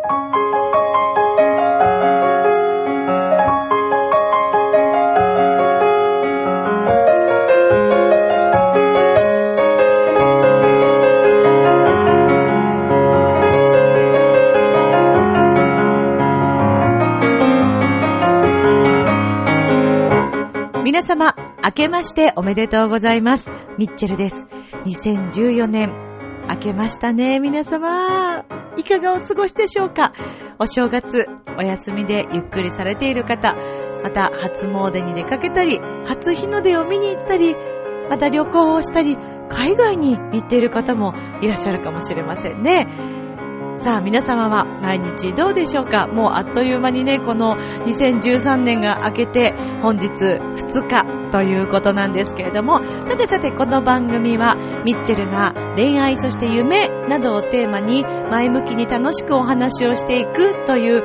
皆様、明けましておめでとうございます。ミッチェルです。2014年、明けましたね。皆様、いかがお過ごしでしょうか。お正月、お休みでゆっくりされている方、また初詣に出かけたり、初日の出を見に行ったり、また旅行をしたり、海外に行っている方もいらっしゃるかもしれませんね。さあ皆様は毎日どうでしょうか。もうあっという間にね、この2013年が明けて本日2日ということなんですけれども、さてこの番組はミッチェルが恋愛そして夢などをテーマに前向きに楽しくお話をしていくという、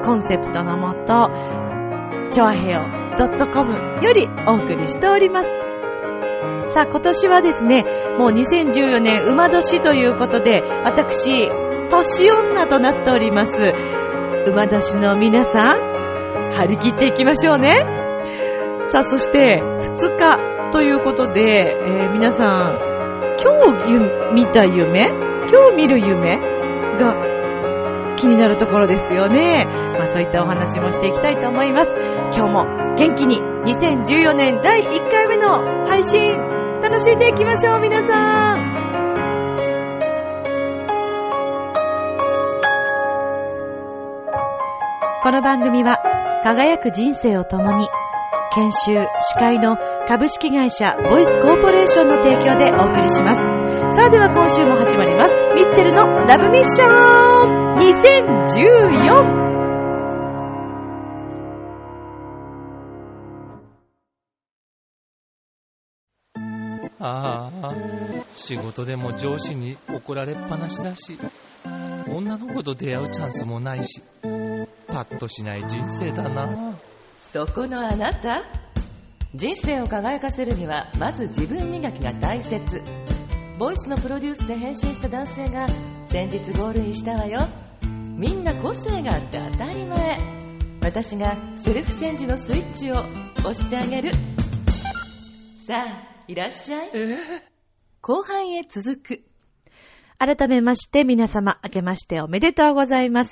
コンセプトのもと、チョアヘオ .com よりお送りしております。さあ今年はですね、もう2014年馬年ということで、私年女となっております。馬年の皆さん、張り切っていきましょうね。さあそして2日ということで、皆さん今日見た夢、今日見る夢が気になるところですよね。そういったお話もしていきたいと思います。今日も元気に2014年第1回目の配信楽しんでいきましょう。皆さん、この番組は輝く人生を共に、研修司会の株式会社ボイスコーポレーションの提供でお送りします。さあでは今週も始まります。ミッチェルのラブミッション2014。 ああ、仕事でも上司に怒られっぱなしだし、女の子と出会うチャンスもないし、パッとしない人生だな。 そこのあなた、人生を輝かせるにはまず自分磨きが大切。ボイスのプロデュースで変身した男性が先日ゴールインしたわよ。みんな個性があって当たり前。私がセルフチェンジのスイッチを押してあげる。さあいらっしゃい。 後半へ続く。改めまして皆様、明けましておめでとうございます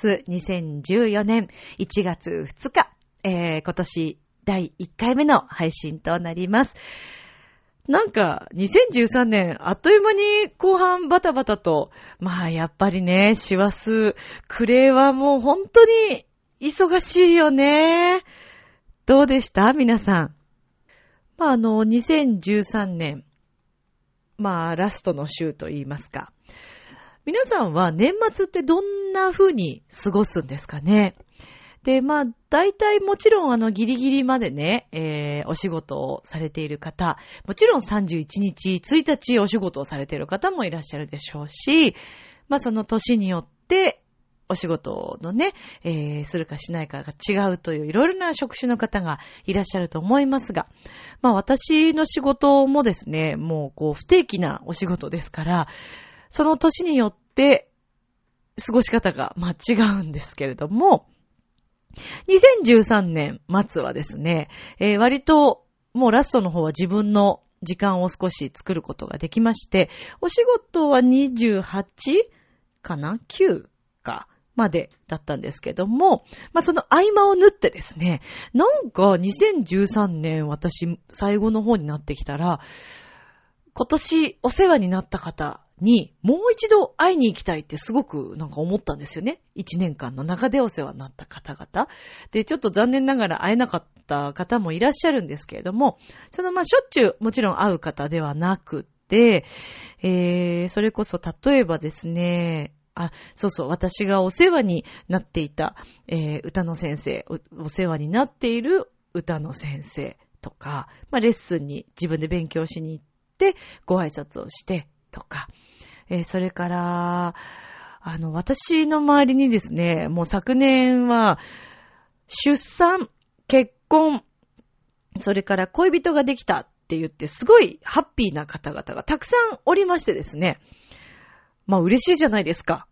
。2014年1月2日、今年第1回目の配信となります。なんか2013年あっという間に後半バタバタと、やっぱりね、師走クレーはもう本当に忙しいよね。どうでした皆さん。2013年ラストの週といいますか、皆さんは年末ってどんな風に過ごすんですかね。で、大体もちろんギリギリまでね、お仕事をされている方、もちろん31日、1日お仕事をされている方もいらっしゃるでしょうし、その年によってお仕事のね、するかしないかが違うといういろいろな職種の方がいらっしゃると思いますが、私の仕事もですね、もう不定期なお仕事ですから、その年によって過ごし方が違うんですけれども、2013年末はですね、割ともうラストの方は自分の時間を少し作ることができまして、お仕事は28かな ?9 かまでだったんですけども、その合間を縫ってですね、なんか2013年私最後の方になってきたら、今年お世話になった方にもう一度会いに行きたいってすごく思ったんですよね。1年間の中でお世話になった方々で、ちょっと残念ながら会えなかった方もいらっしゃるんですけれども、しょっちゅうもちろん会う方ではなくて、それこそ例えばですね、私がお世話になっていた、歌の先生、お世話になっている歌の先生とか、レッスンに自分で勉強しに行ってご挨拶をしてとか、それから私の周りにですね、もう昨年は出産、結婚、それから恋人ができたって言ってすごいハッピーな方々がたくさんおりましてですね、嬉しいじゃないですか。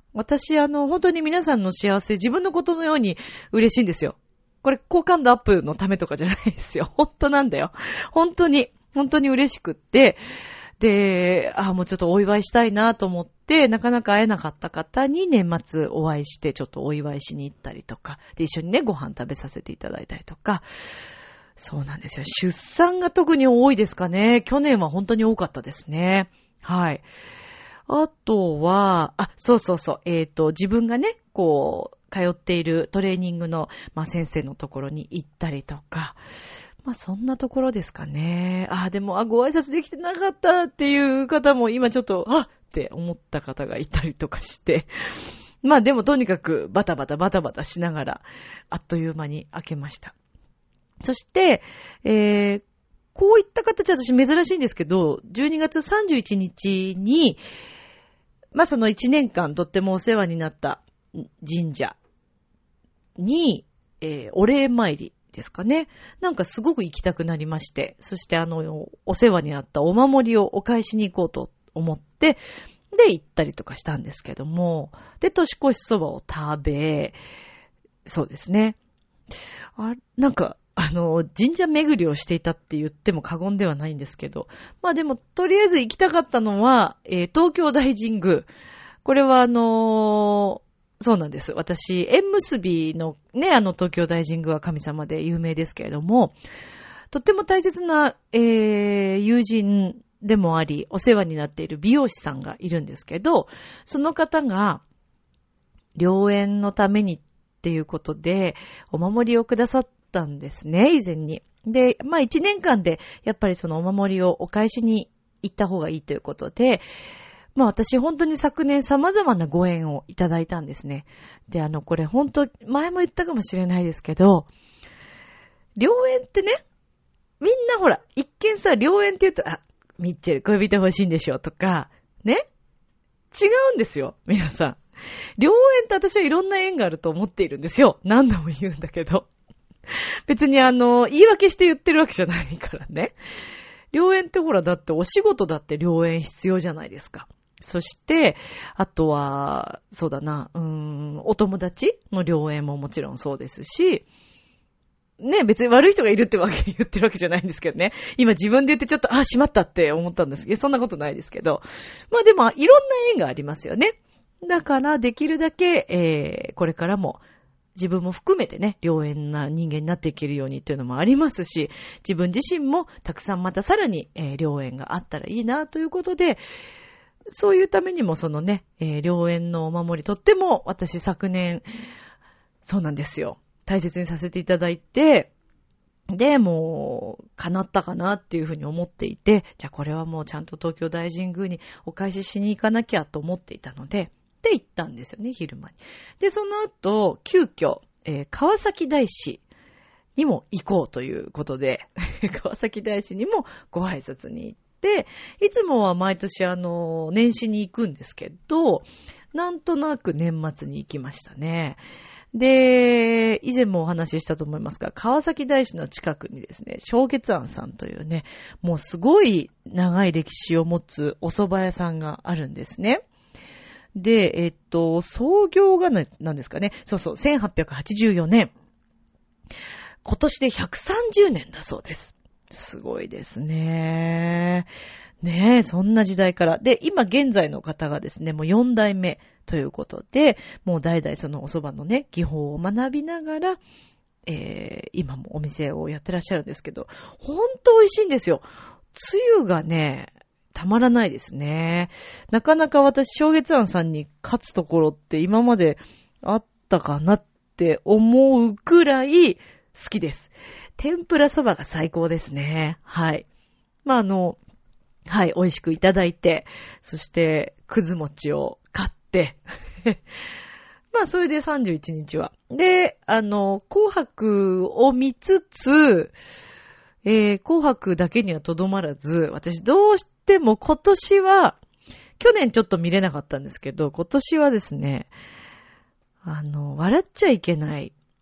私、本当に皆さんの幸せ、自分のことのように嬉しいんですよ。これ、好感度アップのためとかじゃないですよ。本当なんだよ。本当に嬉しくって。で、もうちょっとお祝いしたいなと思って、なかなか会えなかった方に年末お会いして、ちょっとお祝いしに行ったりとか、で、一緒にね、ご飯食べさせていただいたりとか、そうなんですよ。出産が特に多いですかね。去年は本当に多かったですね。はい。あとは、そう。自分がね、こう、通っているトレーニングの、先生のところに行ったりとか、そんなところですかね。でも、ご挨拶できてなかったっていう方も今ちょっと、って思った方がいたりとかして。でもとにかくバタバタしながら、あっという間に開けました。そして、こういった形は私珍しいんですけど、12月31日に、その1年間とってもお世話になった神社に、お礼参りですかね。なんかすごく行きたくなりまして、そしてお世話になったお守りをお返しに行こうと思って、で、行ったりとかしたんですけども、で、年越しそばを食べ、そうですね。なんか、神社巡りをしていたって言っても過言ではないんですけど、でも、とりあえず行きたかったのは、東京大神宮。これはそうなんです。私、縁結びのね、東京大神宮は神様で有名ですけれども、とっても大切な、友人でもあり、お世話になっている美容師さんがいるんですけど、その方が、良縁のためにっていうことで、お守りをくださったんですね、以前に。で、1年間で、やっぱりそのお守りをお返しに行った方がいいということで、私本当に昨年様々なご縁をいただいたんですね。で、これ本当、前も言ったかもしれないですけど、良縁ってね、みんなほら、一見さ、良縁って言うと、ミッチェル恋人欲しいんでしょとか、ね？違うんですよ、皆さん。良縁って私はいろんな縁があると思っているんですよ。何度も言うんだけど。別に言い訳して言ってるわけじゃないからね。良縁ってほら、だってお仕事だって良縁必要じゃないですか。そして、あとは、そうだな、お友達の良縁ももちろんそうですし、ね、別に悪い人がいるってわけ言ってるわけじゃないんですけどね。今自分で言ってちょっと、しまったって思ったんです。いや、そんなことないですけど。でも、いろんな縁がありますよね。だから、できるだけ、これからも、自分も含めてね、良縁な人間になっていけるようにっていうのもありますし、自分自身もたくさんまたさらに、良縁があったらいいなということで、そういうためにもそのね、良縁のお守りとっても私昨年、そうなんですよ。大切にさせていただいて、で、もう、叶ったかなっていうふうに思っていて、じゃあこれはもうちゃんと東京大神宮にお返ししに行かなきゃと思っていたので、で、行ったんですよね、昼間に。で、その後、急遽、川崎大師にも行こうということで、川崎大師にもご挨拶に行って、いつもは毎年年始に行くんですけど、なんとなく年末に行きましたね。で、以前もお話ししたと思いますが、川崎大師の近くにですね、正月庵さんというね、もうすごい長い歴史を持つお蕎麦屋さんがあるんですね。で、創業が何ですかね。そうそう、1884年。今年で130年だそうです。すごいですね。ねえ、そんな時代から。で、今現在の方がですね、もう4代目ということで、もう代々そのお蕎麦のね、技法を学びながら、今もお店をやってらっしゃるんですけど、ほんと美味しいんですよ。つゆがね、たまらないですね。なかなか私、正月庵さんに勝つところって今まであったかなって思うくらい好きです。天ぷらそばが最高ですね。はい。はい、美味しくいただいて、そして、くず餅を買って、それで31日は。で、紅白を見つつ、紅白だけにはとどまらず、私どうしても今年は、去年ちょっと見れなかったんですけど、今年はですね、笑っちゃいけない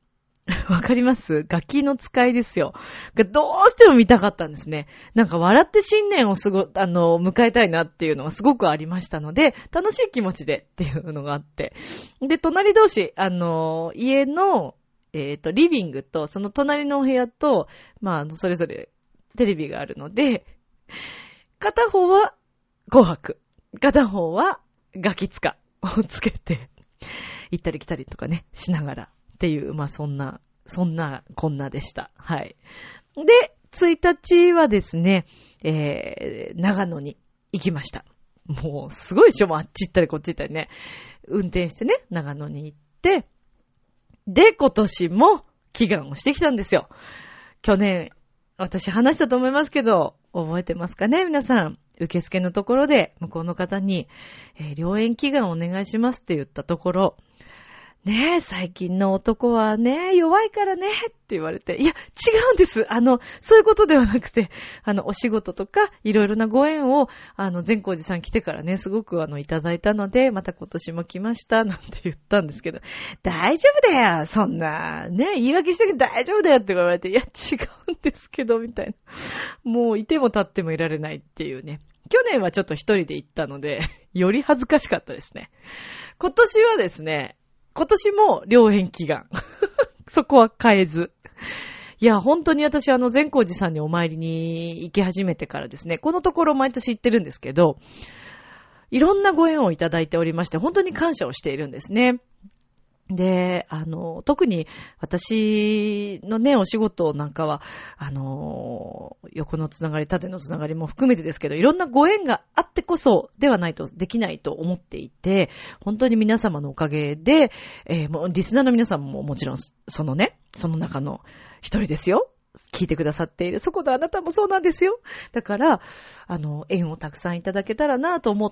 わかります？ガキの使いですよ。どうしても見たかったんですね。なんか笑って新年を迎えたいなっていうのがすごくありましたので、楽しい気持ちでっていうのがあって。で、隣同士、家の、リビングと、その隣のお部屋と、それぞれテレビがあるので、片方は紅白、片方はガキ使をつけて、行ったり来たりとかね、しながら。っていう、そんなこんなでした。はい。で、1日はですね、長野に行きました。もう、すごいでしょ、もうあっち行ったりこっち行ったりね。運転してね、長野に行って、で、今年も祈願をしてきたんですよ。去年、私話したと思いますけど、覚えてますかね、皆さん。受付のところで、向こうの方に、良縁祈願お願いしますって言ったところ、ねえ、最近の男はね、弱いからね、って言われて、いや、違うんです。そういうことではなくて、お仕事とか、いろいろなご縁を、善光寺さん来てからね、すごくいただいたので、また今年も来ました、なんて言ったんですけど、大丈夫だよ、そんな、ね、言い訳してけど大丈夫だよって言われて、いや、違うんですけど、みたいな。もう、いても立ってもいられないっていうね。去年はちょっと一人で行ったので、より恥ずかしかったですね。今年はですね、今年も良縁祈願。そこは変えず。いや、本当に私善光寺さんにお参りに行き始めてからですね、このところ毎年行ってるんですけど、いろんなご縁をいただいておりまして、本当に感謝をしているんですね。で、特に私のね、お仕事なんかは、横のつながり、縦のつながりも含めてですけど、いろんなご縁があってこそではないとできないと思っていて、本当に皆様のおかげで、もうリスナーの皆さんももちろん、その中の一人ですよ。聞いてくださっている。そこであなたもそうなんですよ。だから、縁をたくさんいただけたらなと思って、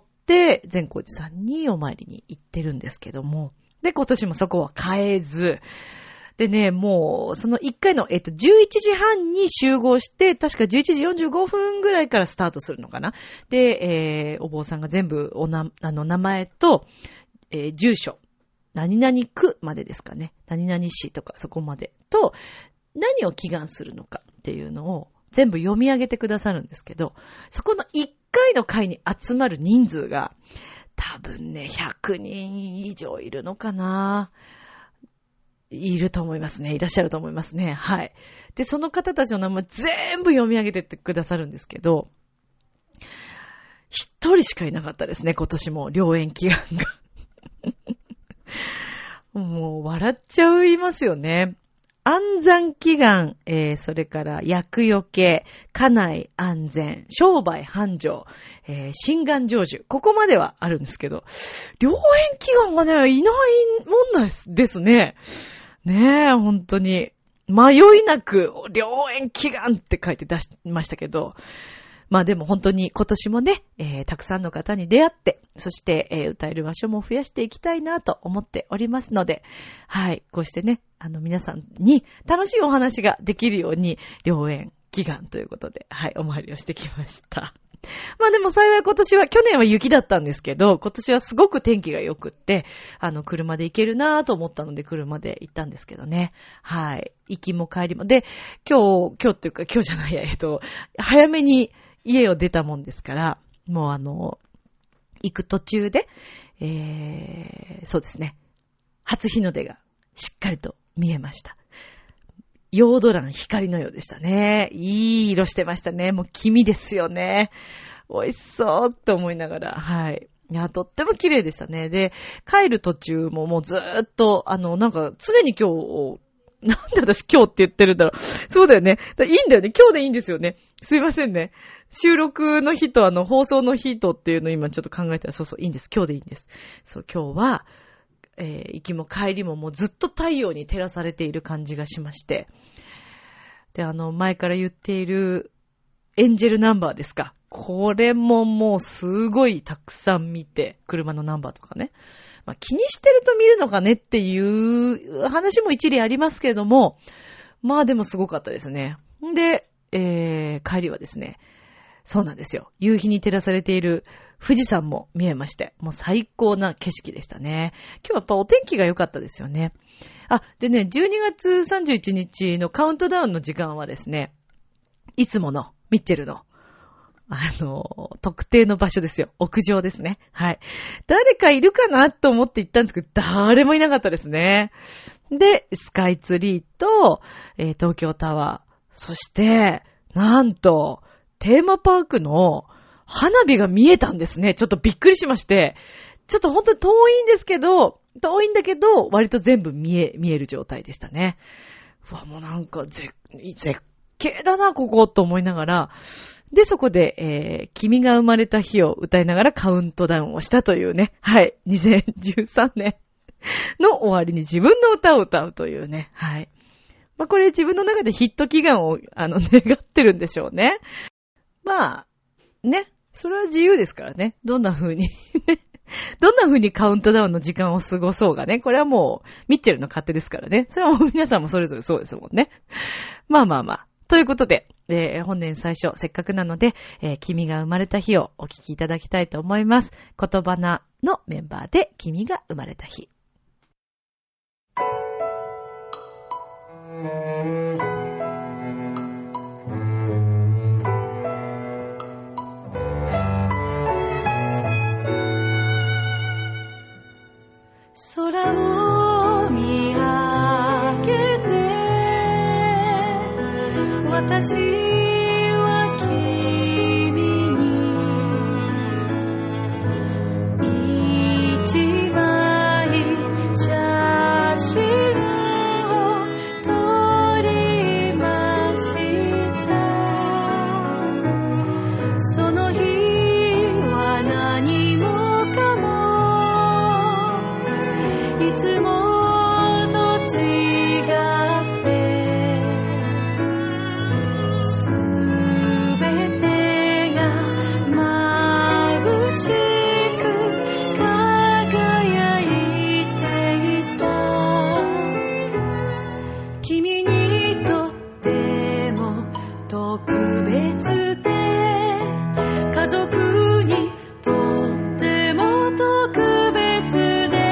善光寺さんにお参りに行ってるんですけども、で、今年もそこは変えず。でね、もう、その1回の、11時半に集合して、確か11時45分ぐらいからスタートするのかな。で、お坊さんが全部名前と、住所、何々区までですかね。何々市とかそこまでと、何を祈願するのかっていうのを全部読み上げてくださるんですけど、そこの1回の会に集まる人数が、多分ね、100人以上いるのかな。いると思いますね。いらっしゃると思いますね。はい。で、その方たちの名前全部読み上げてってくださるんですけど、一人しかいなかったですね、今年も。良縁祈願が。もう、笑っちゃいますよね。安産祈願、それから厄除け、家内安全、商売繁盛、心願成就。ここまではあるんですけど、良縁祈願がね、いないもんなんですね。ねえ、本当に。迷いなく、良縁祈願って書いて出しましたけど、でも本当に今年もね、たくさんの方に出会って、そして、歌える場所も増やしていきたいなと思っておりますので、はい、こうしてね、皆さんに楽しいお話ができるように、良縁祈願ということで、はい、お参りをしてきました。でも幸い今年は、去年は雪だったんですけど、今年はすごく天気が良くって、車で行けるなぁと思ったので車で行ったんですけどね。はい。行きも帰りも。で、今日っていうか今日じゃないや、早めに家を出たもんですから、もう行く途中で、そうですね。初日の出がしっかりと見えました。ヨード卵光のようでしたね。いい色してましたね。もう黄身ですよね。美味しそうと思いながら、はい。いや、とっても綺麗でしたね。で、帰る途中ももうずーっと、なんか常に今日、なんで私今日って言ってるんだろう。そうだよね。いいんだよね。今日でいいんですよね。すいませんね。収録の日と放送の日とっていうのを今ちょっと考えたら、そう、いいんです。今日でいいんです。そう、今日は、行きも帰りももうずっと太陽に照らされている感じがしまして。で、前から言っているエンジェルナンバーですか。これももうすごいたくさん見て、車のナンバーとかね。気にしてると見るのかねっていう話も一理ありますけれども、でもすごかったですね。で、帰りはですね、そうなんですよ。夕日に照らされている富士山も見えまして、もう最高な景色でしたね。今日はやっぱお天気が良かったですよね。でね、12月31日のカウントダウンの時間はですね、いつものミッチェルの特定の場所ですよ。屋上ですね。はい。誰かいるかなと思って行ったんですけど、誰もいなかったですね。で、スカイツリーと、東京タワー、そして、なんと、テーマパークの花火が見えたんですね。ちょっとびっくりしまして、ちょっと本当に遠いんだけど、割と全部見える状態でしたね。うわ、もうなんか絶景だな、ここと思いながら、で、そこで、君が生まれた日を歌いながらカウントダウンをしたというね。はい。2013年の終わりに自分の歌を歌うというね。はい。まあ、これ自分の中でヒット祈願を、願ってるんでしょうね。まあ、ね。それは自由ですからね。どんな風にカウントダウンの時間を過ごそうがね。これはもう、ミッチェルの勝手ですからね。それはもう皆さんもそれぞれそうですもんね。まあ。ということで、本年最初、せっかくなので、君が生まれた日をお聞きいただきたいと思います。言葉なのメンバーで、君が生まれた日。 空を見上げて私は君に一枚写真を撮りました。その日は何もかもいつもと違ってすべてが眩しく輝いていた。君にとっても特別で家族にとっても特別で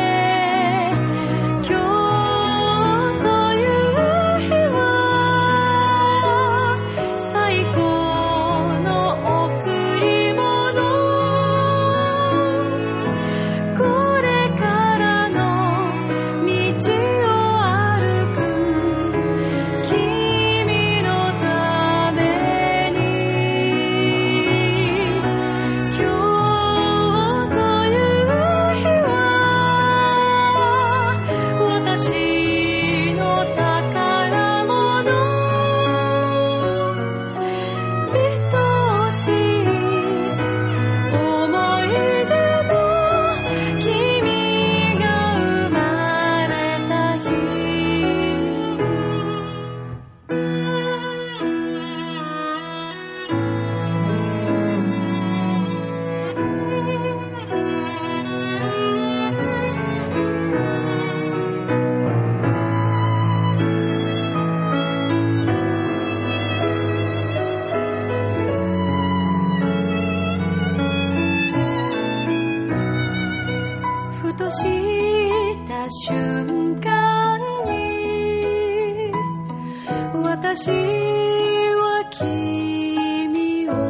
ふとした瞬間に私は君を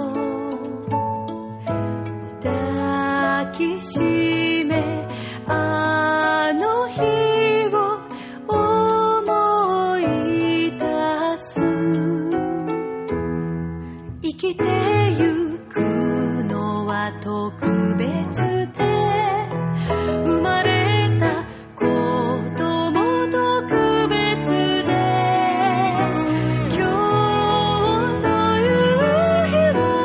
抱きしめあの日を思い出す。生きてゆくのは特別で生まれたことも特別で今日という日を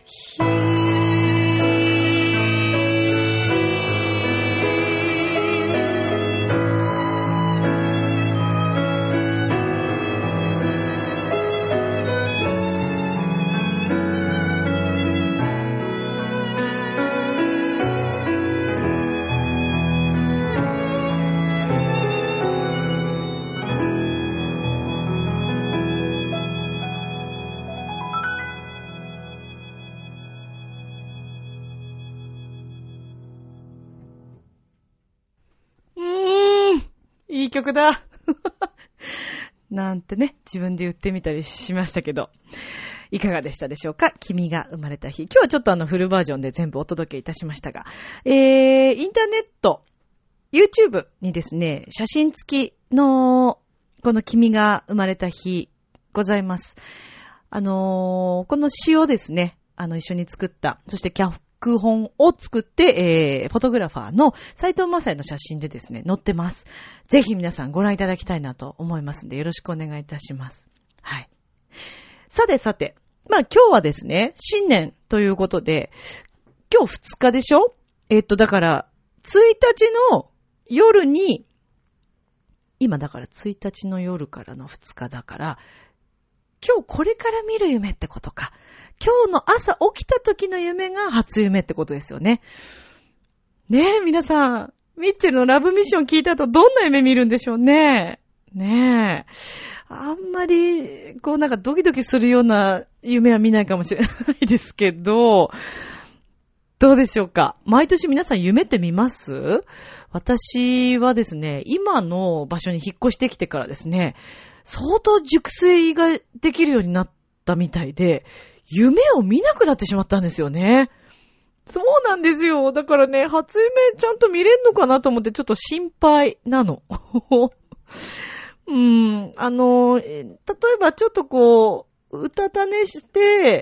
いい曲だ。なんてね、自分で言ってみたりしましたけど、いかがでしたでしょうか？君が生まれた日。今日はちょっとフルバージョンで全部お届けいたしましたが、インターネット、YouTube にですね、写真付きの、この君が生まれた日、ございます。この詩をですね、一緒に作った、そして脚本を作って、フォトグラファーの斉藤正也の写真でですね、載ってます。ぜひ皆さんご覧いただきたいなと思いますので、よろしくお願いいたします。はい。さて、まあ今日はですね、新年ということで、今日2日でしょ？だから、1日の夜に、今だから1日の夜からの2日だから、今日これから見る夢ってことか。今日の朝起きた時の夢が初夢ってことですよね。ねえ、皆さん、ミッチェルのラブミッション聞いた後どんな夢見るんでしょうね。ねえ。あんまり、なんかドキドキするような夢は見ないかもしれないですけど、どうでしょうか？毎年皆さん夢って見ます？私はですね、今の場所に引っ越してきてからですね、相当熟睡ができるようになったみたいで、夢を見なくなってしまったんですよね。そうなんですよ。だからね、初夢ちゃんと見れんのかなと思ってちょっと心配なの。例えばちょっとうたた寝して、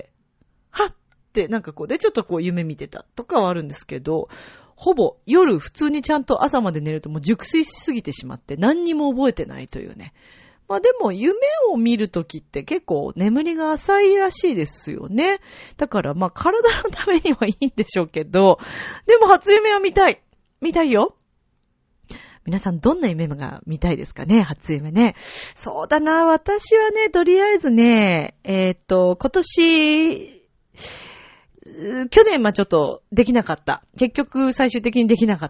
はってなんかでちょっと夢見てたとかはあるんですけど、ほぼ夜普通にちゃんと朝まで寝るともう熟睡しすぎてしまって何にも覚えてないというね。まあでも夢を見るときって結構眠りが浅いらしいですよね。だからまあ体のためにはいいんでしょうけど、でも初夢は見たいよ。皆さんどんな夢が見たいですかね？初夢ね。そうだな、私はね、とりあえずね、今年、去年ちょっとできなかった。結局最終的にできなかった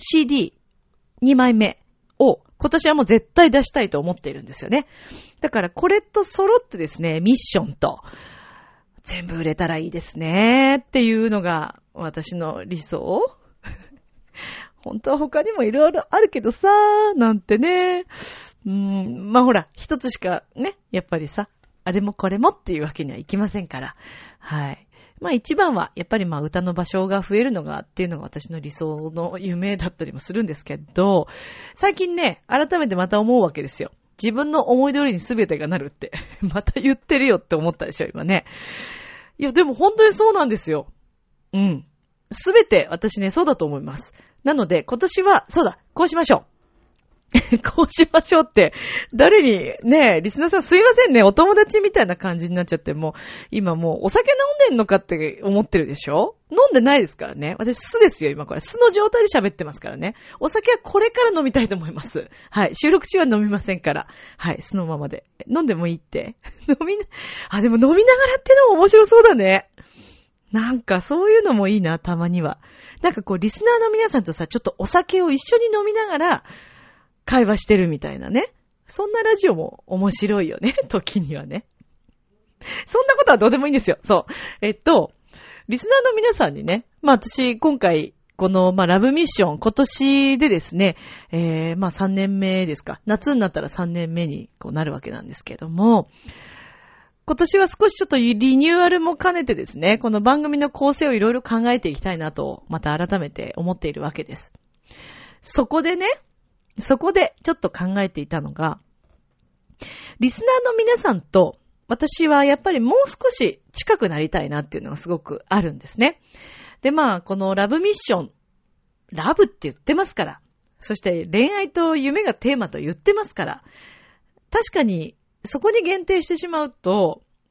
CD2 枚目を今年はもう絶対出したいと思っているんですよね。だからこれと揃ってですね、ミッションと全部売れたらいいですねっていうのが私の理想。本当は他にもいろいろあるけどさ、なんてね。まあほら、一つしかね、やっぱりさ、あれもこれもっていうわけにはいきませんから。はい。まあ一番は、やっぱり歌の場所が増えるのがっていうのが私の理想の夢だったりもするんですけど、最近ね、改めてまた思うわけですよ。自分の思い通りに全てがなるって。また言ってるよって思ったでしょ、今ね。いや、でも本当にそうなんですよ。全て私ね、そうだと思います。なので、今年は、そうだ、こうしましょう。こうしましょうって、誰にね、リスナーさんすいませんね、お友達みたいな感じになっちゃって、今もうお酒飲んでんのかって思ってるでしょ？飲んでないですからね。私素ですよ、今これ。素の状態で喋ってますからね。お酒はこれから飲みたいと思います。はい。収録中は飲みませんから。はい。素のままで。飲んでもいいって。でも飲みながらってのも面白そうだね。なんかそういうのもいいな、たまには。なんかリスナーの皆さんとさ、ちょっとお酒を一緒に飲みながら会話してるみたいなね。そんなラジオも面白いよね、時にはね。そんなことはどうでもいいんですよ。そう。リスナーの皆さんにね、私今回このラブミッション今年でですね、3年目ですか。夏になったら3年目になるわけなんですけども、今年は少しちょっとリニューアルも兼ねてですね、この番組の構成をいろいろ考えていきたいなと、また改めて思っているわけです。そこでちょっと考えていたのが、リスナーの皆さんと私はやっぱりもう少し近くなりたいなっていうのがすごくあるんですね。で、このラブミッション、ラブって言ってますから、そして恋愛と夢がテーマと言ってますから、確かにそこに限定してしまうと、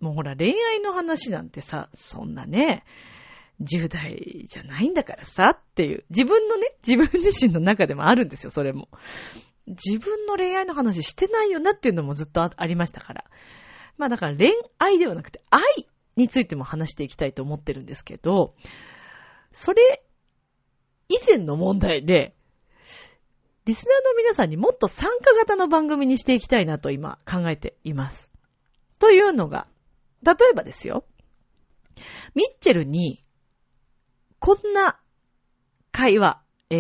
もうほら恋愛の話なんてさ、そんなね、10代じゃないんだからさっていう、自分自身の中でもあるんですよ、それも。自分の恋愛の話してないよなっていうのもずっとありましたから。まあだから恋愛ではなくて愛についても話していきたいと思ってるんですけど、それ以前の問題で、リスナーの皆さんにもっと参加型の番組にしていきたいなと今考えています。というのが、例えばですよ、ミッチェルにこんな会話、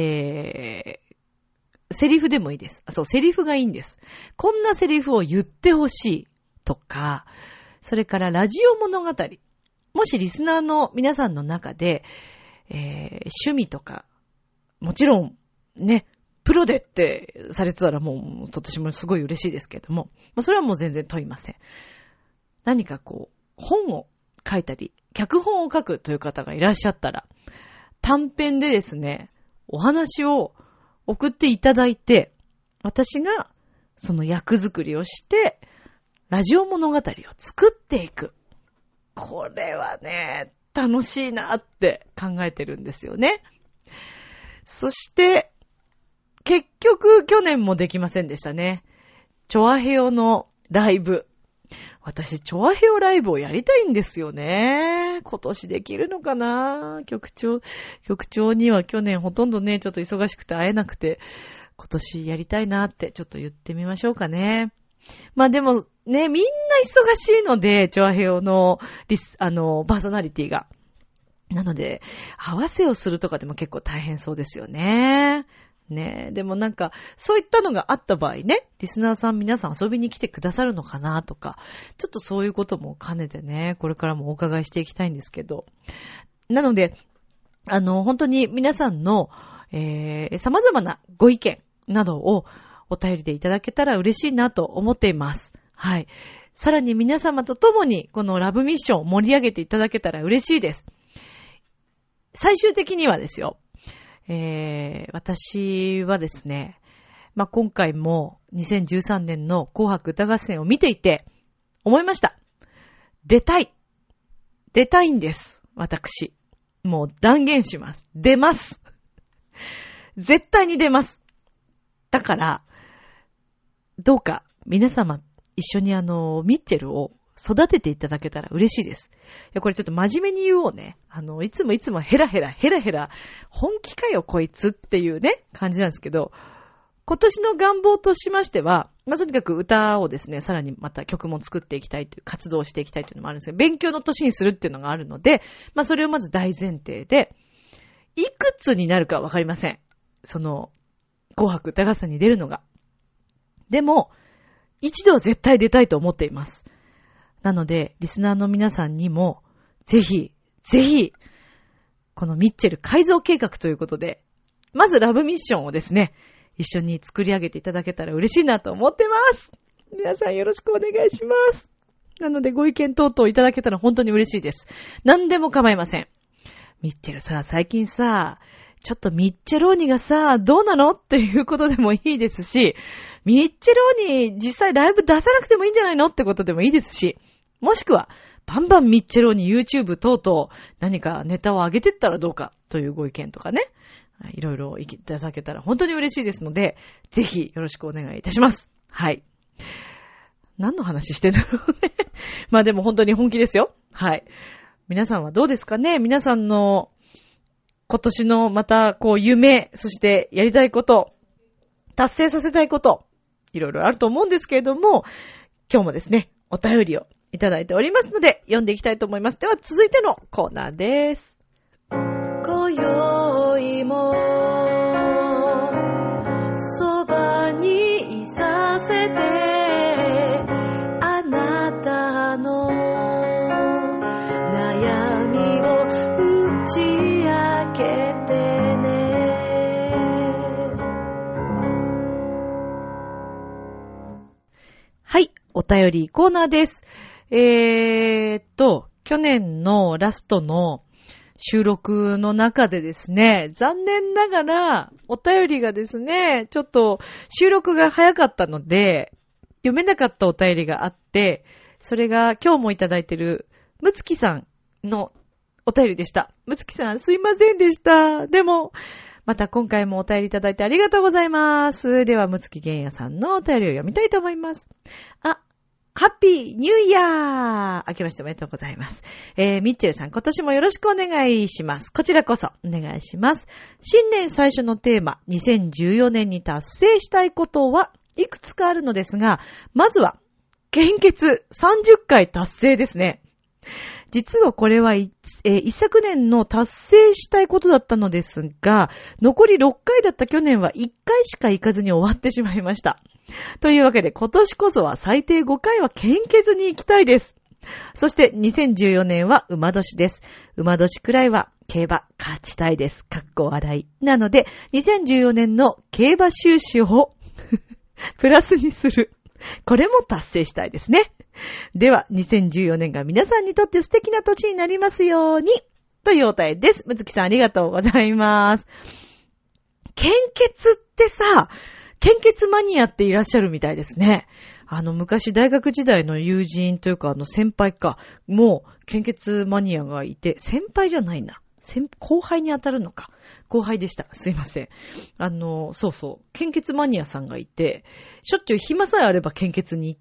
セリフでもいいです。そう、セリフがいいんです。こんなセリフを言ってほしいとか、それからラジオ物語。もしリスナーの皆さんの中で、趣味とか、もちろんね、プロでってされてたらもう私もすごい嬉しいですけれども、それはもう全然問いません。何かこう、本を書いたり、脚本を書くという方がいらっしゃったら、短編でですね、お話を送っていただいて、私がその役作りをして、ラジオ物語を作っていく。これはね、楽しいなって考えてるんですよね。そして、結局去年もできませんでしたね。チョアヘオのライブ。私、チョアヘオライブをやりたいんですよね。今年できるのかな？局長には去年ほとんどね、ちょっと忙しくて会えなくて、今年やりたいなってちょっと言ってみましょうかね。まあでもね、みんな忙しいので、チョアヘオのパーソナリティが。なので、合わせをするとかでも結構大変そうですよね。ねえ、でもなんか、そういったのがあった場合ね、リスナーさん皆さん遊びに来てくださるのかなとか、ちょっとそういうことも兼ねてね、これからもお伺いしていきたいんですけど。なので、本当に皆さんの、様々なご意見などをお便りでいただけたら嬉しいなと思っています。はい。さらに皆様と共にこのラブミッションを盛り上げていただけたら嬉しいです。最終的にはですよ、私はですね、まあ、今回も2013年の紅白歌合戦を見ていて思いました。出たいんです。私。もう断言します。出ます。絶対に出ます。だから、どうか皆様一緒にミッチェルを育てていただけたら嬉しいです。いや、これちょっと真面目に言おうね。いつもヘラヘラ、本気かよこいつっていうね、感じなんですけど、今年の願望としましては、まあ、とにかく歌をですね、さらにまた曲も作っていきたいという、活動をしていきたいというのもあるんですけど、勉強の年にするっていうのがあるので、まあ、それをまず大前提で、いくつになるかわかりません。紅白歌合戦に出るのが。でも、一度は絶対出たいと思っています。なので、リスナーの皆さんにも、ぜひ、このミッチェル改造計画ということで、まずラブミッションをですね、一緒に作り上げていただけたら嬉しいなと思ってます。皆さんよろしくお願いします。なので、ご意見等々いただけたら本当に嬉しいです。何でも構いません。ミッチェルさ、最近さ、ちょっとミッチェローニがさ、どうなのっていうことでもいいですし、ミッチェローニ実際ライブ出さなくてもいいんじゃないのってことでもいいですし、もしくは、バンバンミッチェローニ YouTube 等々何かネタを上げてったらどうかというご意見とかね、いろいろいただけたら本当に嬉しいですので、ぜひよろしくお願いいたします。はい。何の話してんだろうね。まあでも本当に本気ですよ。はい。皆さんはどうですかね？皆さんの今年のまた夢、そしてやりたいこと、達成させたいこと、いろいろあると思うんですけれども、今日もですね、お便りをいただいておりますので、読んでいきたいと思います。では続いてのコーナーです。今宵もそばにいさせて、あなたの悩みを打ち明けてね。はい、お便りコーナーです。去年のラストの収録の中でですね、残念ながらお便りがですね、ちょっと収録が早かったので読めなかったお便りがあって、 それが今日もいただいてるむつきさんのお便りでした。むつきさんすいませんでした。でも、また今回もお便りいただいてありがとうございます。では、むつきげんやさんのお便りを読みたいと思います。ハッピーニューイヤー明けましておめでとうございます。ミッチェルさん、今年もよろしくお願いします。こちらこそお願いします。新年最初のテーマ、2014年に達成したいことはいくつかあるのですが、まずは、献血30回達成ですね。実はこれは一昨年の達成したいことだったのですが、残り6回だった去年は1回しか行かずに終わってしまいました。というわけで今年こそは最低5回は献血に行きたいです。そして2014年は馬年です。馬年くらいは競馬勝ちたいです。かっこ笑い。なので2014年の競馬収支をプラスにする。これも達成したいですね。では、2014年が皆さんにとって素敵な年になりますように、というお便りです。むつきさんありがとうございます。献血ってさ、献血マニアっていらっしゃるみたいですね。昔大学時代の友人というか先輩か、もう献血マニアがいて、先輩じゃないな。後輩に当たるのか。後輩でした。すいません。そうそう。献血マニアさんがいて、しょっちゅう暇さえあれば献血に行って、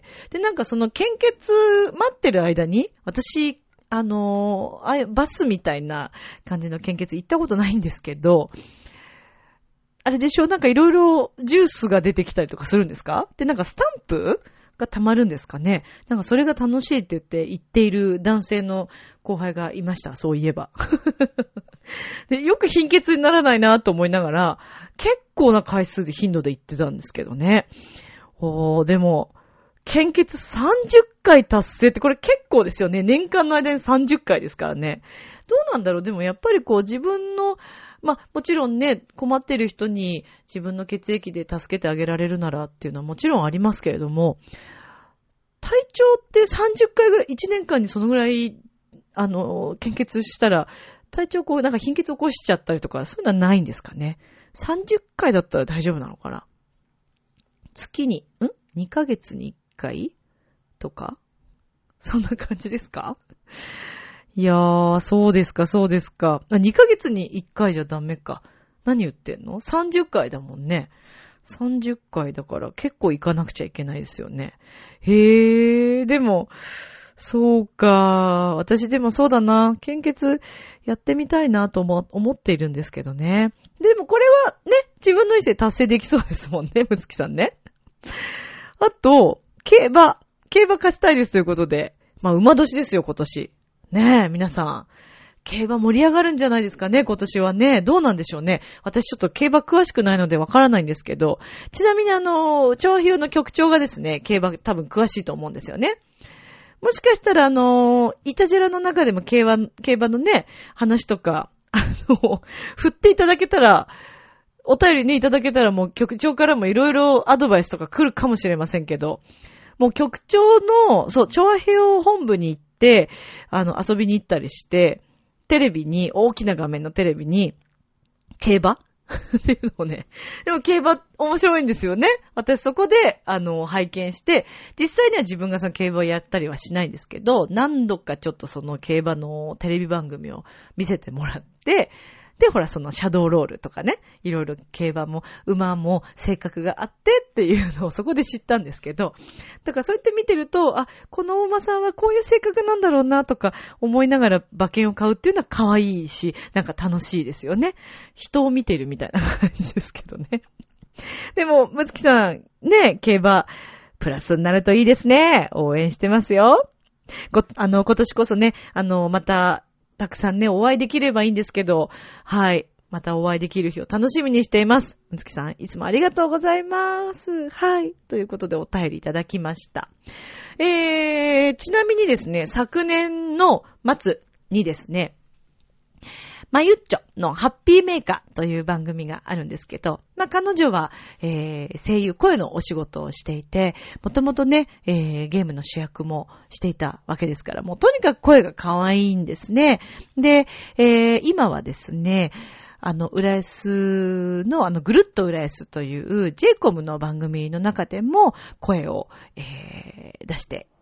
で、なんかその献血待ってる間に、私、バスみたいな感じの献血行ったことないんですけど、あれでしょ？なんかいろいろジュースが出てきたりとかするんですか？で、なんかスタンプが溜まるんですかね。なんかそれが楽しいって言っている男性の後輩がいました。そういえば。で、よく貧血にならないなと思いながら、結構な回数で頻度で行ってたんですけどね。でも、献血30回達成ってこれ結構ですよね。年間の間に30回ですからね。どうなんだろう？でもやっぱり自分の、もちろんね、困ってる人に自分の血液で助けてあげられるならっていうのはもちろんありますけれども、体調って30回ぐらい、1年間にそのぐらい、献血したら、体調なんか貧血起こしちゃったりとか、そういうのはないんですかね。30回だったら大丈夫なのかな。月に、2ヶ月に1回とかそんな感じですか？いやー、そうですか、そうですか。2ヶ月に1回じゃダメか。何言ってんの？ 30 回だもんね。30回だから結構行かなくちゃいけないですよね。へー、でも、そうか。私でもそうだな。献血やってみたいなと思っているんですけどね。でもこれはね、自分の意思で達成できそうですもんね、むつきさんね。あと、競馬勝ちたいですということで。馬年ですよ、今年。ねえ、皆さん。競馬盛り上がるんじゃないですかね、今年はね。どうなんでしょうね。私ちょっと競馬詳しくないのでわからないんですけど、ちなみに調和表の局長がですね、競馬多分詳しいと思うんですよね。もしかしたらイタジェラの中でも競馬のね、話とか、振っていただけたら、お便りね、いただけたらもう局長からもいろいろアドバイスとか来るかもしれませんけど、もう局長の、調和表本部に行って、遊びに行ったりして、テレビに、大きな画面のテレビに、競馬っていうのをね、でも競馬面白いんですよね。私そこで、拝見して、実際には自分がその競馬をやったりはしないんですけど、何度かちょっとその競馬のテレビ番組を見せてもらって、で、ほら、そのシャドーロールとかね、いろいろ競馬も馬も性格があってっていうのをそこで知ったんですけど、だからそうやって見てると、この馬さんはこういう性格なんだろうなとか思いながら馬券を買うっていうのは可愛いし、なんか楽しいですよね。人を見てるみたいな感じですけどね。でも、むつきさん、ね、競馬、プラスになるといいですね。応援してますよ。今年こそね、また、たくさんね、お会いできればいいんですけど、はい。またお会いできる日を楽しみにしています。むつきさん、いつもありがとうございます。はい。ということでお便りいただきました。ちなみにですね、昨年の末にですね、まゆっちょのハッピーメーカーという番組があるんですけど、彼女は、声優、声のお仕事をしていて、もともとね、ゲームの主役もしていたわけですから、もうとにかく声が可愛いんですね。で、今はですね、浦安のぐるっと浦安という J-COM の番組の中でも声を、出して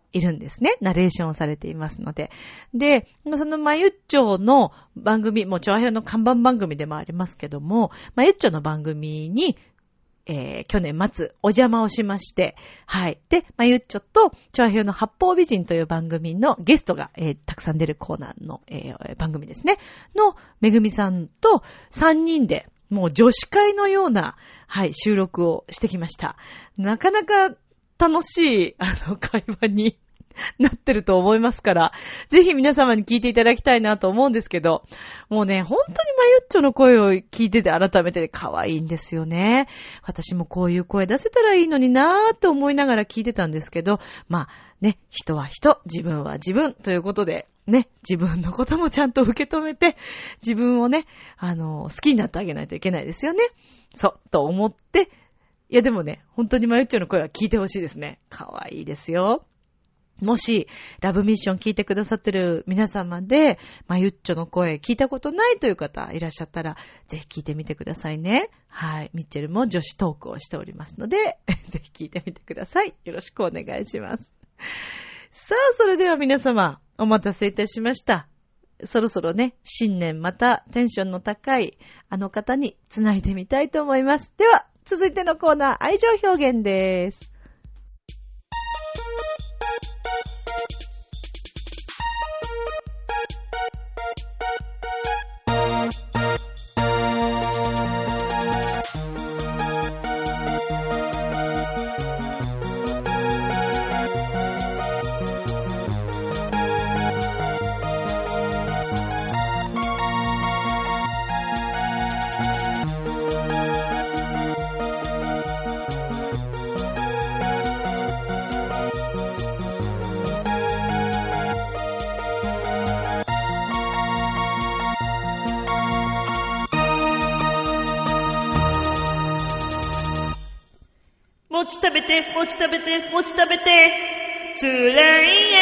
いるんですね。ナレーションをされていますので。で、そのまゆっちょの番組、もうチョアヘヨの看板番組でもありますけども、まゆっちょの番組に、去年末お邪魔をしまして、はい。で、まゆっちょとチョアヘヨの八方美人という番組のゲストが、たくさん出るコーナーの、番組ですね。のめぐみさんと3人で、もう女子会のような、はい、収録をしてきました。なかなか楽しい、会話になってると思いますから、ぜひ皆様に聞いていただきたいなと思うんですけど、もうね、本当にまゆっちょの声を聞いてて改めて可愛いんですよね。私もこういう声出せたらいいのになーって思いながら聞いてたんですけど、まあね、人は人、自分は自分ということで、ね、自分のこともちゃんと受け止めて、自分をね、好きになってあげないといけないですよね。そう、と思って、いやでもね、本当にまゆっちょの声は聞いてほしいですね。可愛いですよ。もし、ラブミッション聞いてくださってる皆様で、まゆっちょの声聞いたことないという方いらっしゃったら、ぜひ聞いてみてくださいね。はい。ミッチェルも女子トークをしておりますので、ぜひ聞いてみてください。よろしくお願いします。さあ、それでは皆様、お待たせいたしました。そろそろね、新年またテンションの高いあの方につないでみたいと思います。では、続いてのコーナー、愛情表現です。 餅食べて、餅食べて、餅食べて、つらい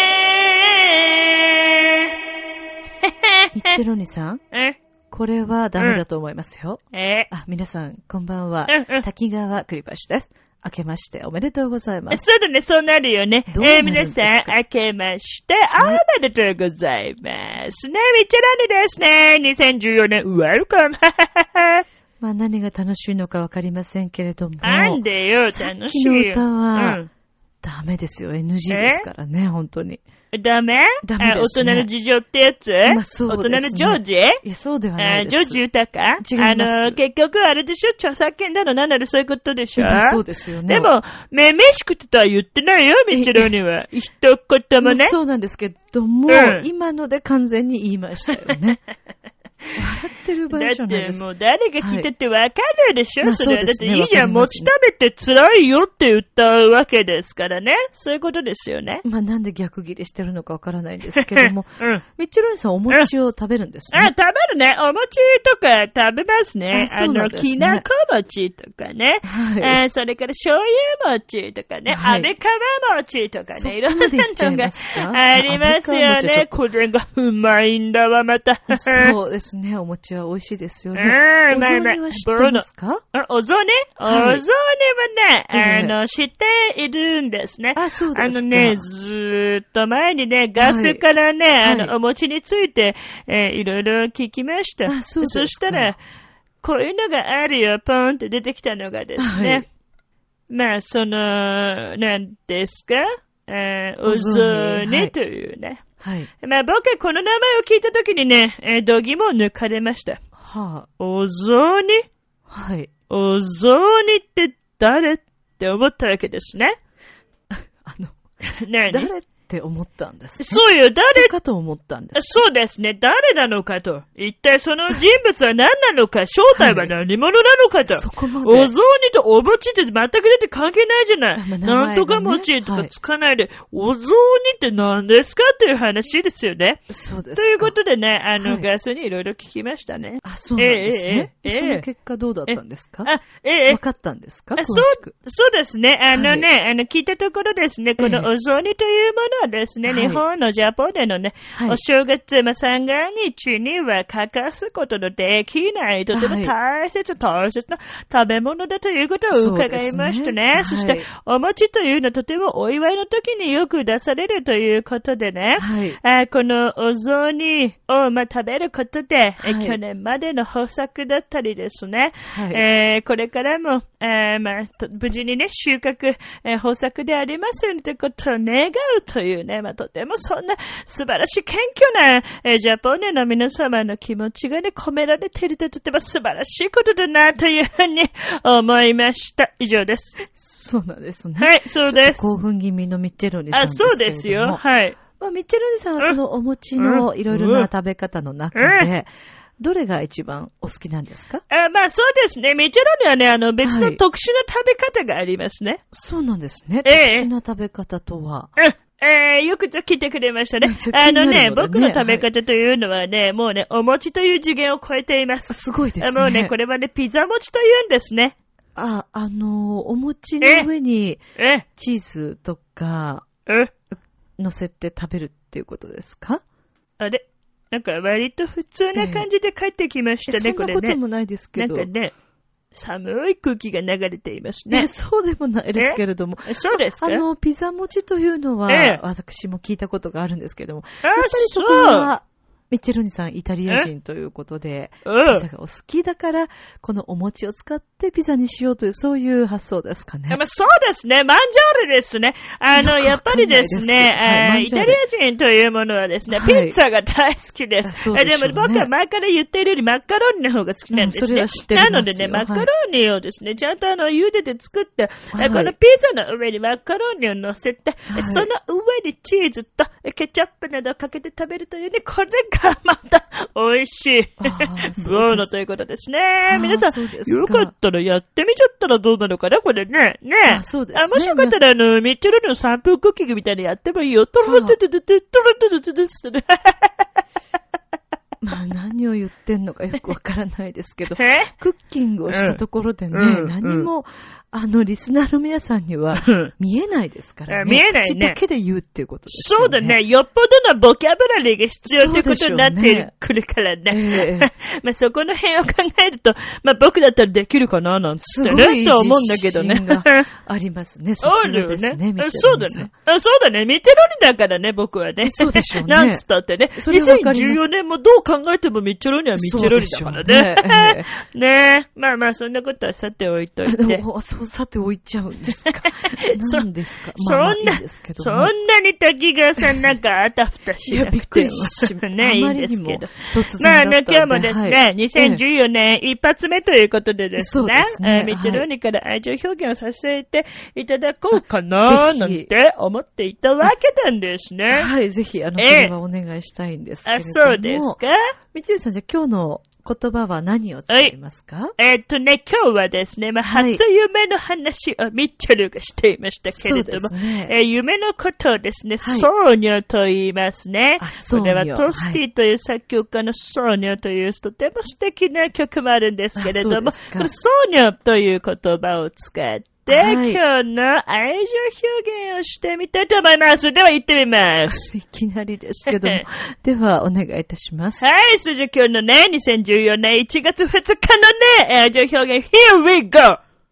ミッチェロニさん、これはダメだと思いますよ。皆さん、こんばんは。滝川クリパシです。明けましておめでとうございます。 そうだね、そうなるよね。皆さん、明けましておめでとうございますね。ミッチェロニですね。2014年、ウェルカム。 まあ何が楽しいのかわかりませんけれども。 なんでよ、楽しいよ。 さっきの歌は、ダメですよ。NG ですからね、本当に。 ダメですね。大人の事情ってやつ、 まあそうですね。 大人のジョージ？ いや、そうではないです。 ジョージ豊か？ 違います。 結局あれでしょ、著作権だのなんだろそういうことでしょ。 そうですよね。 でも、めめしくてとは言ってないよ、ミッチェロには。一言もね。 そうなんですけども、今ので完全に言いましたよね。笑ってる場合じゃないです。 だってもう誰が聞いててわかるでしょ、それは。だっていいじゃん、餅食べて辛いよって言ったわけですからね。そういうことですよね。 まあなんで逆ギレしてるのかわからないんですけども。ミッチェロニさんお餅を食べるんですね。 食べるね。お餅とか食べますね。きなこ餅とかね。それから醤油餅とかね。安倍川餅とかね。いろんなのがありますよね。これがうまいんだわ、また。 そうですね。お餅は美味しいですよね。お雑煮は知ってますか？ お雑煮？お雑煮はね、知っているんですね。 そうですか。 ずーっと前にね、ガスからね、お餅について、いろいろ聞きました。そしたら、こういうのがあるよ、ポンって出てきたのがですね。まあ、なんですか？お雑煮というね。まあ僕はこの名前を聞いたときにね、度肝を抜かれました。お雑煮？お雑煮って誰って思ったわけですね。 誰って思ったんです、ね。 そうよ、誰かと思ったんです、ね。 そうですね、誰なのかと。一体その人物は何なのか、正体は何者なのかと。 そこまで。 お雑煮とお餅って全くだって関係ないじゃない。なんとか餅とかつかないで、お雑煮って何ですかっていう話ですよね。 そうです。 ということでね、ガスにいろいろ聞きましたね。 そうなんですね。その結果どうだったんですか？分かったんですか？ そうですね。聞いたところですね、このお雑煮というものはですね、 はい日本のジャポンでのね、 はいお正月、三が日には欠かすことのできない、とても大切な食べ物だということを伺いましたね。そして、お餅というのはとてもお祝いの時によく出されるということでね、 はい。 このお雑煮を、食べることで、 はい去年までの豊作だったりですね、 はいこれからも、無事にね、収穫、豊作でありますようにということを願うというね、とてもそんな素晴らしい謙虚な、ジャポネの皆様の気持ちがね、込められているととても素晴らしいことだなというふうに思いました。以上です。 そうなんですね。 はい、そうです。 興奮気味のミッチェロニさんですけれども。 そうですよ。はい。 ミッチェロニさんはそのお餅のいろいろな食べ方の中で、どれが一番お好きなんですか？ そうですね。ミッチェロニはね、別の特殊な食べ方がありますね。 そうなんですね。特殊な食べ方とは。 よく聞いてくれましたね。僕の食べ方というのはね、もうね、お餅という次元を超えています。 すごいですね。 もうね、これはね、ピザ餅というんですね。 お餅の上に、チーズとか、乗せて食べるっていうことですか？あれ？ なんか割と普通な感じで帰ってきましたね、これね。 そんなこともないですけど。 なんかね、寒い空気が流れていますね。 そうでもないですけれども。 そうですか？ ピザ餅というのは、私も聞いたことがあるんですけれども。やっぱりそこは、ミッチェロニさん、イタリア人ということで、ピザがお好きだから、このお餅を使ってピザにしようという、そういう発想ですかね。 そうですね。マンジャーレですね。やっぱりですね、イタリア人というものはですね、ピッツァが大好きです。でも僕は前から言っているよりマッカロニの方が好きなんですね。 それは知ってますよ。 なのでね、マッカロニをですね、ちゃんと茹でて作って、このピザの上にマッカロニを乗せて、その上にチーズとケチャップなどをかけて食べるというね、これがまた美味しいボーノということですね。皆さん、よかったらやってみちゃったらどうなのかな、これね。 そうですね。 もしよかったら、ミッチェルの3分クッキングみたいにやってもいいよ。トロトロトロトロトロトロってね。 何を言ってんのかよくわからないですけど、クッキングをしたところでね、何も、リスナーの皆さんには見えないですからね。 見えないね。 口だけで言うっていうことですよね。 そうだね。よっぽどのボキャブラリーが必要ということになってくるからね。そこの辺を考えると、僕だったらできるかななんつってね、と思うんだけどね。 ありますね。そうですね。 そうだね。そうだね。ミッチェロニだからね、僕はね。 そうでしょうね。 なんつったってね。2014年もどう考えてもミッチェロニはミッチェロニだからね。ねえ。そんなことはさておいといて。 さて置いちゃうんですか？何ですか？ そんなに滝川さんなんかあたふたしなくても。びっくりしましたね。いいんですけど。今日もですね、2014年一発目ということでですね、ミッチェロニから愛情表現をさせていただこうかな、なんて思っていたわけなんですね。 はい、ぜひ、それはお願いしたいんですけれども。 そうですか？ ミッチェルさん、じゃあ今日の言葉は何を使いますか？ 今日はですね、初夢の話をミッチェルがしていましたけれども、夢のことをですね、ソーニョと言いますね。これはトスティという作曲家のソーニョというとても素敵な曲もあるんですけれども、このソーニョという言葉を使って、今日の愛情表現をしてみたいと思います。では行ってみます。 いきなりですけども。ではお願いいたします。 はい、それじゃ今日のね、2014年1月2日のね、愛情表現、Here we go!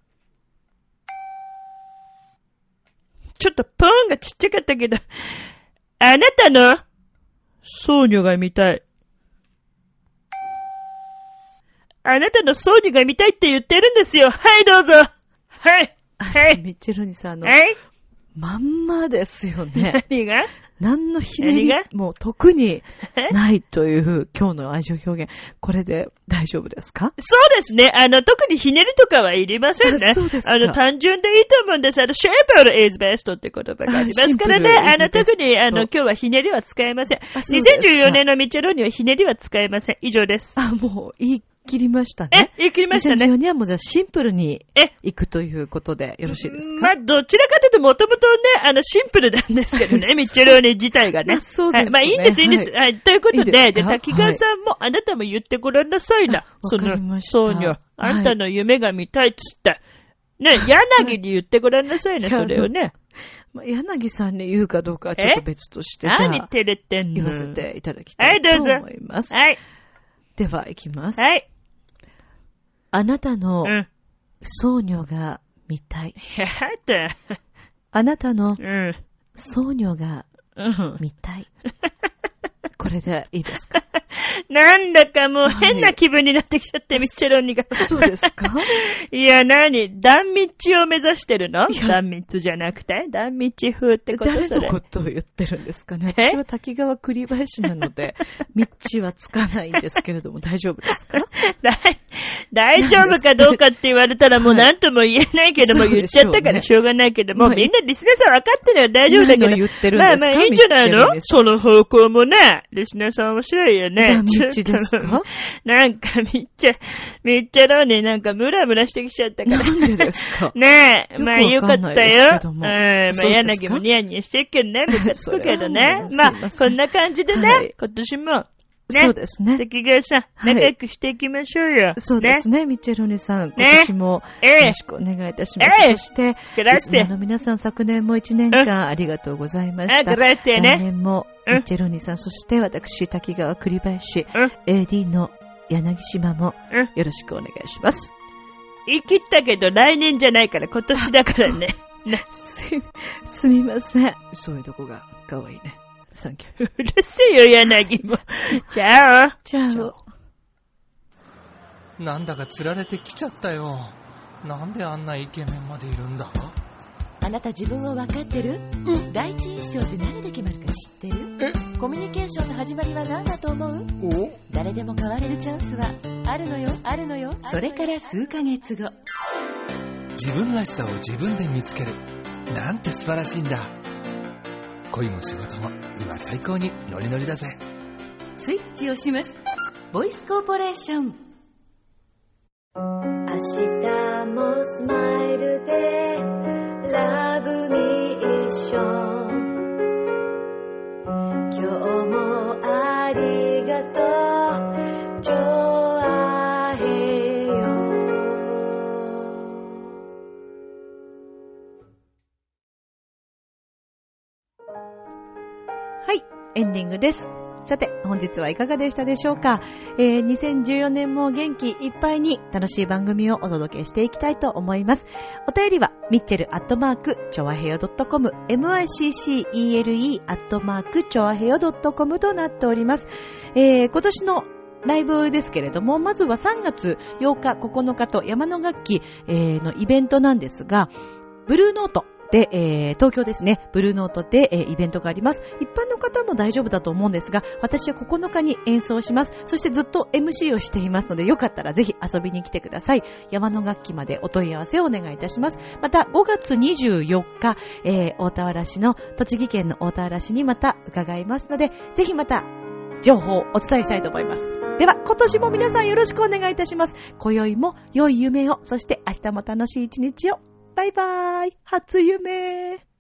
ちょっとポーンがちっちゃかったけど、あなたのソーニョが見たい。あなたのソーニョが見たいって言ってるんですよ。はい、どうぞ。はい。 ミッチェロニさんはい。 まんまですよね。 何が？ 何のひねりも特にないという今日の愛情表現。これで大丈夫ですか？ そうですね。特にひねりとかはいりませんね。 そうですか。 単純でいいと思うんです。simple is best って言葉がありますからね。特に今日はひねりは使えません。2014年のミッチェロニはひねりは使えません。以上です。 もういい。切りましたね。 言い切りましたね。 2014年はもうじゃあシンプルに行くということでよろしいですか？ どちらかというともともとね、シンプルなんですけどね、ミッチェローニ自体がね。 そうですね。 いいんです、いいんです。はい。ということで、じゃあ滝川さんもあなたも言ってごらんなさいな。 わかりました。 ソーニョ、あんたの夢が見たいっつって。ね、柳に言ってごらんなさいね、それをね。 まあ、柳さんに言うかどうかはちょっと別として、じゃ何あ、 照れてんの？ 言わせていただきたいと思います。 はい、 では、いきます。 はい。 あなたのソーニョが見たい。 やだ。 あなたのソーニョが見たい。これでいいですか？ なんだかもう変な気分になってきちゃって、ミッチェロニが。 そうですか？ いや、断蜜を目指してるの？断蜜じゃなくて断蜜風ってこと？それ。 誰のことを言ってるんですかね？私は滝川栗林なので、ミッチはつかないんですけれども、大丈夫ですか？ 大丈夫かどうかって言われたらもう何とも言えないけども、言っちゃったからしょうがないけども、みんなリスナーさん分かってるよ、大丈夫だけど。 何を言ってるんですか？ まあいいんじゃないの？その方向もね、リスナーさん面白いよね。 ミッチですか？ なんかミッチェローになんかムラムラしてきちゃったから。 なんでですか？ ねえ、まあよかったよ。 まあ柳もニヤニヤしてるけどね、ムカつくけどね。まあこんな感じでね、今年も。ね、 そうですね。 滝川さん、仲良くしていきましょうよ。 そうですね、ミッチェロニさん、今年もよろしくお願いいたします。そして、リスナーの皆さん、昨年も1年間ありがとうございました。来年もミッチェロニさん、そして私、滝川栗林、AD の柳島もよろしくお願いします。 言い切ったけど、来年じゃないから今年だからね。 すみません。そういうとこが可愛いね。サンキュー。 うるせえよ、柳も。チャオ。 チャオ。 なんだか釣られてきちゃったよ。なんであんなイケメンまでいるんだ？ あなた自分を分かってる？第一印象って何で決まるか知ってる？コミュニケーションの始まりは何だと思う？誰でも変われるチャンスはあるのよ、あるのよ。 それから数ヶ月後、 自分らしさを自分で見つける。なんて素晴らしいんだ。恋も仕事も今最高にノリノリだぜ。 スイッチをします。ボイスコーポレーション。 明日もスマイルでラブミッション。今日もありがとう。ジョアヘヨ。 はい、エンディングです。さて、本日はいかがでしたでしょうか。2014年も元気いっぱいに楽しい番組をお届けしていきたいと思います。お便りは、ミッチェル@チョアヘヨ.com、micceleチョアヘヨ.com となっております。今年のライブですけれども、まずは3月8日、9日と山の楽器のイベントなんですが、ブルーノートで、東京ですね、ブルーノートで、イベントがあります。一般の方も大丈夫だと思うんですが、私は9日に演奏します。そしてずっと MC をしていますので、よかったらぜひ遊びに来てください。山の楽器までお問い合わせをお願いいたします。また5月24日、大田原市の、栃木県の大田原市にまた伺いますので、ぜひまた情報をお伝えしたいと思います。では、今年も皆さんよろしくお願いいたします。今宵も良い夢を、そして明日も楽しい一日を。バイバーイ。初夢。